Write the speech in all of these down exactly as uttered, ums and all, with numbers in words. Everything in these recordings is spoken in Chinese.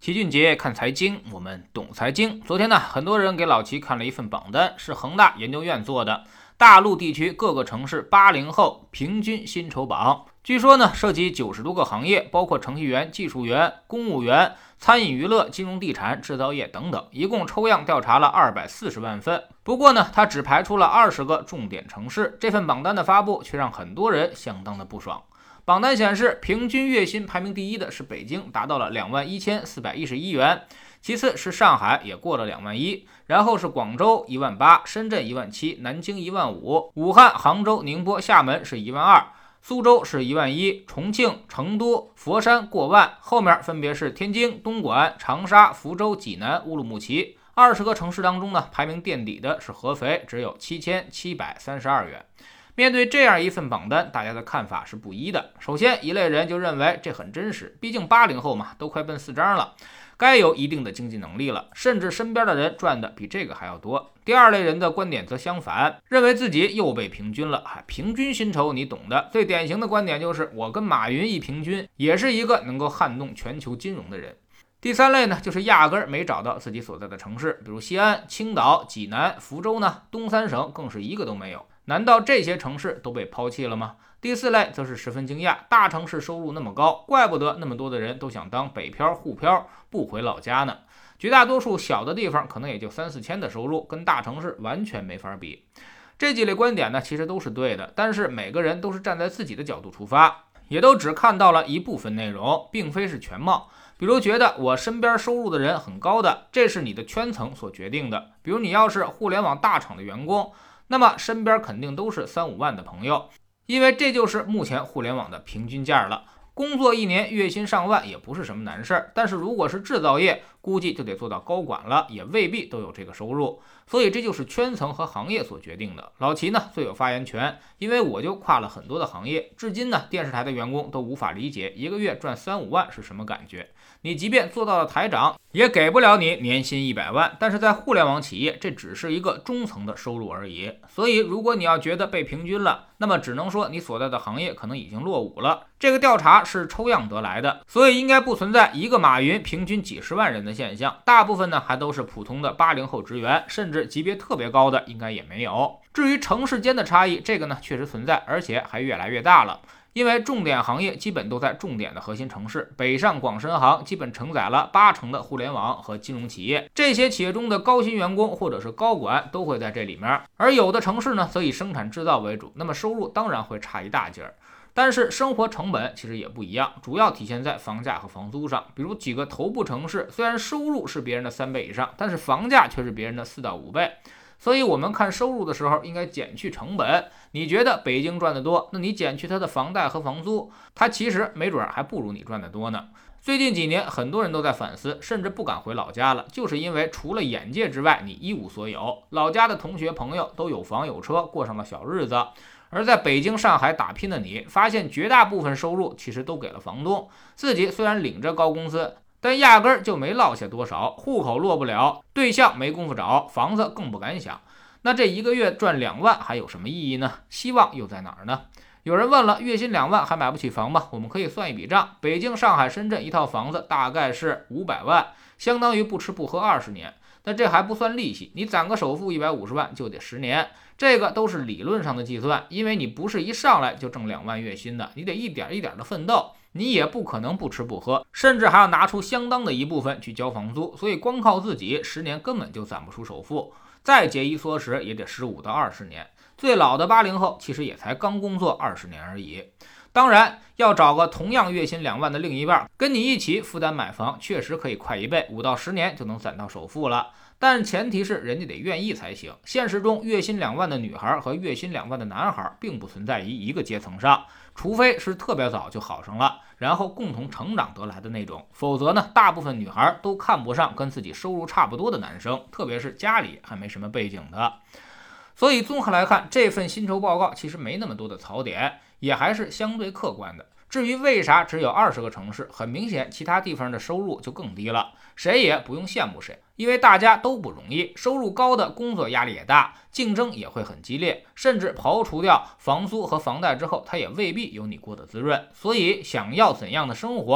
齐俊杰看财经，我们懂财经。昨天呢，很多人给老齐看了一份榜单，是恒大研究院做的大陆地区各个城市八零后平均薪酬榜。据说呢，涉及九十多个行业，包括程序员、技术员、公务员、餐饮娱乐、金融地产、制造业等等，一共抽样调查了二百四十万份。不过呢，它只排出了二十个重点城市，这份榜单的发布却让很多人相当的不爽。榜单显示，平均月薪排名第一的是北京，达到了两万一千四百一十一元，其次是上海，也过了两万一，然后是广州一万八，深圳一万七，南京一万五，武汉、杭州、宁波、厦门是一万二，苏州是一万一，重庆、成都、佛山过万，后面分别是天津、东莞、长沙、福州、济南、乌鲁木齐。二十个城市当中呢，排名垫底的是合肥，只有七千七百三十二元。面对这样一份榜单，大家的看法是不一的。首先，一类人就认为这很真实，毕竟八零后嘛，都快奔四张了，该有一定的经济能力了，甚至身边的人赚的比这个还要多。第二类人的观点则相反，认为自己又被平均了。平均薪酬你懂的，最典型的观点就是我跟马云一平均，也是一个能够撼动全球金融的人。第三类呢，就是压根儿没找到自己所在的城市，比如西安、青岛、济南、福州呢，东三省更是一个都没有。难道这些城市都被抛弃了吗？第四类则是十分惊讶，大城市收入那么高，怪不得那么多的人都想当北漂、沪漂，不回老家呢。绝大多数小的地方可能也就三四千的收入，跟大城市完全没法比。这几类观点呢，其实都是对的，但是每个人都是站在自己的角度出发，也都只看到了一部分内容，并非是全貌。比如觉得我身边收入的人很高的，这是你的圈层所决定的。比如你要是互联网大厂的员工，那么身边肯定都是三五万的朋友，因为这就是目前互联网的平均价了。工作一年月薪上万也不是什么难事儿，但是如果是制造业，估计就得做到高管了，也未必都有这个收入。所以这就是圈层和行业所决定的。老齐呢最有发言权，因为我就跨了很多的行业，至今呢电视台的员工都无法理解一个月赚三五万是什么感觉。你即便做到了台长，也给不了你年薪一百万，但是在互联网企业，这只是一个中层的收入而已。所以如果你要觉得被平均了，那么只能说你所在的行业可能已经落伍了。这个调查是抽样得来的，所以应该不存在一个马云平均几十万人的现象，大部分呢还都是普通的八零后职员，甚至级别特别高的应该也没有。至于城市间的差异，这个呢确实存在，而且还越来越大了。因为重点行业基本都在重点的核心城市，北上广深杭基本承载了八成的互联网和金融企业，这些企业中的高薪员工或者是高管都会在这里面。而有的城市呢则以生产制造为主，那么收入当然会差一大截儿。但是生活成本其实也不一样，主要体现在房价和房租上。比如几个头部城市，虽然收入是别人的三倍以上，但是房价却是别人的四到五倍。所以我们看收入的时候应该减去成本，你觉得北京赚得多，那你减去它的房贷和房租，它其实没准还不如你赚得多呢。最近几年很多人都在反思，甚至不敢回老家了，就是因为除了眼界之外你一无所有。老家的同学朋友都有房有车，过上了小日子，而在北京上海打拼的你，发现绝大部分收入其实都给了房东，自己虽然领着高工资，但压根儿就没落下多少，户口落不了，对象没工夫找，房子更不敢想。那这一个月赚两万还有什么意义呢？希望又在哪儿呢？有人问了，月薪两万还买不起房吗？我们可以算一笔账，北京、上海、深圳一套房子大概是五百万，相当于不吃不喝二十年。但这还不算利息，你攒个首付一百五十万就得十年，这个都是理论上的计算，因为你不是一上来就挣两万月薪的，你得一点一点的奋斗。你也不可能不吃不喝，甚至还要拿出相当的一部分去交房租，所以光靠自己十年根本就攒不出首付，再节衣缩食也得十五到二十年。最老的八零后其实也才刚工作二十年而已。当然，要找个同样月薪两万的另一半跟你一起负担买房，确实可以快一倍，五到十年就能攒到首付了。但前提是人家得愿意才行。现实中，月薪两万的女孩和月薪两万的男孩并不存在于一个阶层上，除非是特别早就好上了，然后共同成长得来的那种。否则呢，大部分女孩都看不上跟自己收入差不多的男生，特别是家里还没什么背景的。所以综合来看，这份薪酬报告其实没那么多的槽点，也还是相对客观的。至于为啥只有二十个城市，很明显其他地方的收入就更低了，谁也不用羡慕谁，因为大家都不容易，收入高的工作压力也大，竞争也会很激烈，甚至刨除掉房租和房贷之后，它也未必有你过得滋润。所以想要怎样的生活，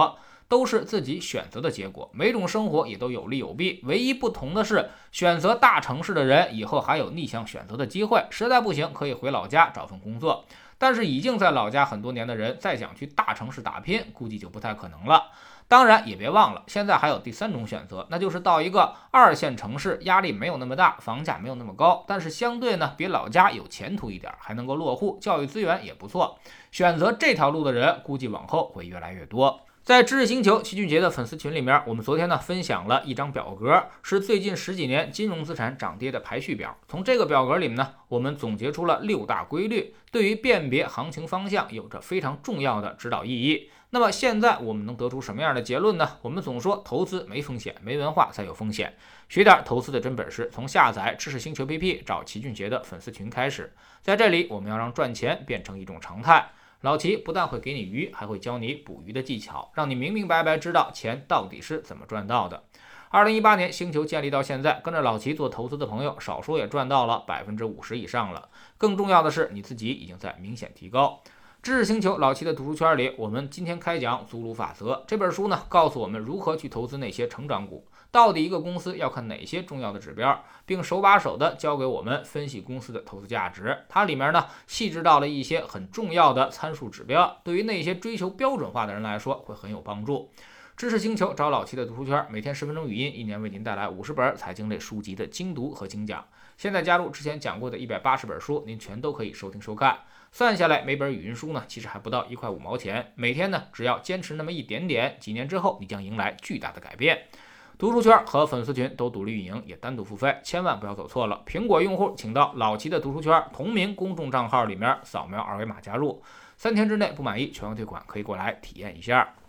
都是自己选择的结果，每种生活也都有利有弊，唯一不同的是，选择大城市的人以后还有逆向选择的机会，实在不行可以回老家找份工作。但是已经在老家很多年的人再想去大城市打拼，估计就不太可能了。当然也别忘了，现在还有第三种选择，那就是到一个二线城市，压力没有那么大，房价没有那么高，但是相对呢比老家有前途一点，还能够落户，教育资源也不错。选择这条路的人估计往后会越来越多。在知识星球齐俊杰的粉丝群里面，我们昨天呢分享了一张表格，是最近十几年金融资产涨跌的排序表。从这个表格里面呢，我们总结出了六大规律，对于辨别行情方向有着非常重要的指导意义。那么现在我们能得出什么样的结论呢？我们总说投资没风险，没文化才有风险。学点投资的真本事，从下载知识星球 A P P 找齐俊杰的粉丝群开始。在这里，我们要让赚钱变成一种常态。老齐不但会给你鱼，还会教你捕鱼的技巧，让你明明白白知道钱到底是怎么赚到的。二零一八年星球建立到现在，跟着老齐做投资的朋友，少说也赚到了百分之五十以上了。更重要的是，你自己已经在明显提高。知识星球老齐的读书圈里，我们今天开讲祖鲁法则这本书呢，告诉我们如何去投资那些成长股。到底一个公司要看哪些重要的指标，并手把手的教给我们分析公司的投资价值。它里面呢细致到了一些很重要的参数指标，对于那些追求标准化的人来说会很有帮助。知识星球找老齐的读书圈，每天十分钟语音，一年为您带来五十本财经类书籍的精读和精讲。现在加入之前讲过的一百八十本书，您全都可以收听收看。算下来每本语音书呢，其实还不到一块五毛钱。每天呢，只要坚持那么一点点，几年之后你将迎来巨大的改变。读书圈和粉丝群都独立运营，也单独付费，千万不要走错了。苹果用户请到老齐的读书圈同名公众账号里面扫描二维码加入，三天之内不满意全额退款，可以过来体验一下。